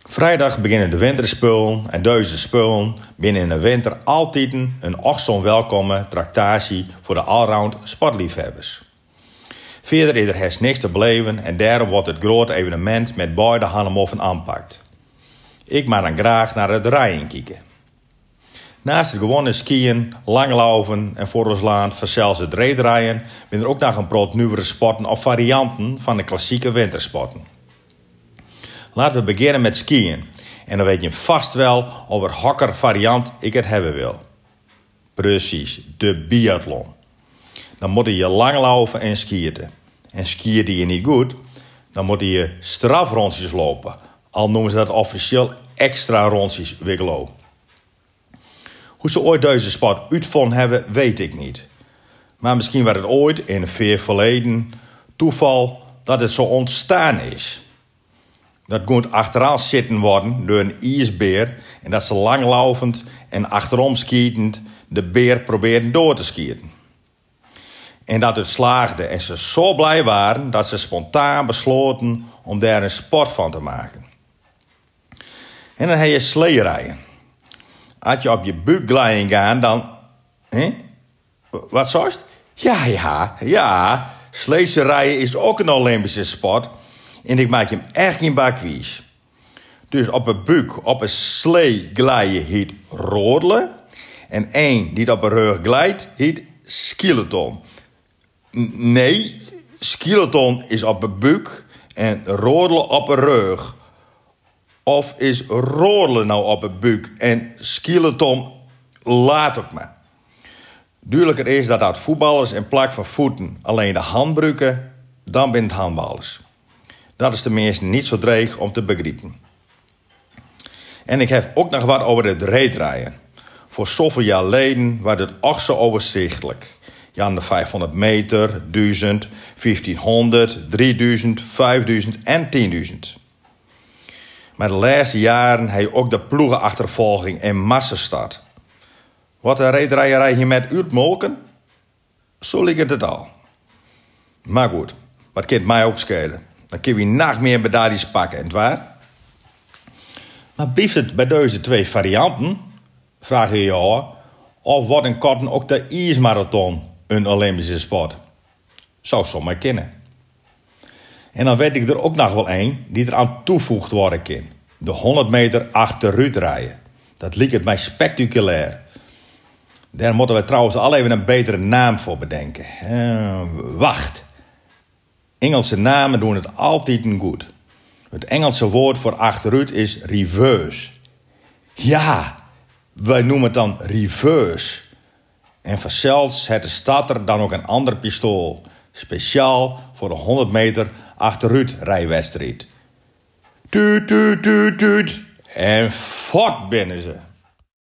Vrijdag beginnen de winterspullen en deze spullen binnen in de winter altijd een ochtend welkome tractatie voor de allround sportliefhebbers. Verder is er niks te beleven en daarom wordt het grote evenement met beide handen aanpakt. Ik mag dan graag naar het rijden kijken. Naast het gewone skiën, langlaufen en voor ons land zelfs het reedrijden zijn er ook nog een paar nieuwere sporten of varianten van de klassieke wintersporten. Laten we beginnen met skiën. En dan weet je vast wel over welke variant ik het hebben wil. Precies, de biathlon. Dan moet je langlaufen en skiën. En skiën je niet goed, dan moet je strafrondjes lopen. Al noemen ze dat officieel extra rondjes wiggelo. Hoe ze ooit deze sport uitgevonden hebben, weet ik niet. Maar misschien was het ooit in een ver verleden toeval dat het zo ontstaan is. Dat moet achteraan zitten worden door een ijsbeer en dat ze langlaufend en achterom skietend de beer probeerden door te skieten. En dat het slaagde en ze zo blij waren dat ze spontaan besloten om daar een sport van te maken. En dan heb je sleerijden. Als je op je buik glijden gaat, dan... Wat zou het? Ja. Sleerijden is ook een Olympische sport. En ik maak hem echt geen bakwies. Dus op een buik, op een slee glijden heet rodelen. En één die op een rug glijdt, heet skeleton. Nee, skeleton is op een buik en rodelen op een rug. Of is rodelen nou op een buik en skeleton laat ook maar. Duidelijker is dat voetballers in plak van voeten alleen de hand gebruiken, dan zijn het handballers. Dat is tenminste niet zo dreig om te begrijpen. En ik heb ook nog wat over het reedrijden. Voor zoveel jaar geleden was het ook zo overzichtelijk. Ja, de 500 meter, 1000, 1500, 3000, 5000 en 10.000. Maar de laatste jaren heb je ook de ploegenachtervolging en massastart. Wat de reedrijerij hier met uitmolken? Zo ligt het al. Maar goed, wat kan het mij ook schelen? Dan kun je nog meer medailles pakken, nietwaar? Maar blijft het bij deze twee varianten, vraag je je af, of wordt in korten ook de ijsmarathon een Olympische sport? Zou zomaar kunnen. En dan weet ik er ook nog wel één die er aan toevoegd worden kan. De 100 meter achteruit rijden. Dat lijkt het mij spectaculair. Daar moeten we trouwens al even een betere naam voor bedenken. Wacht. Engelse namen doen het altijd goed. Het Engelse woord voor achteruit is reverse. Ja, wij noemen het dan reverse. En vanzelfs heeft de stad er dan ook een ander pistool. Speciaal voor de 100 meter achteruit rijwedstrijd. Tuut, tuut, tuut, tuut. En fort binnen ze.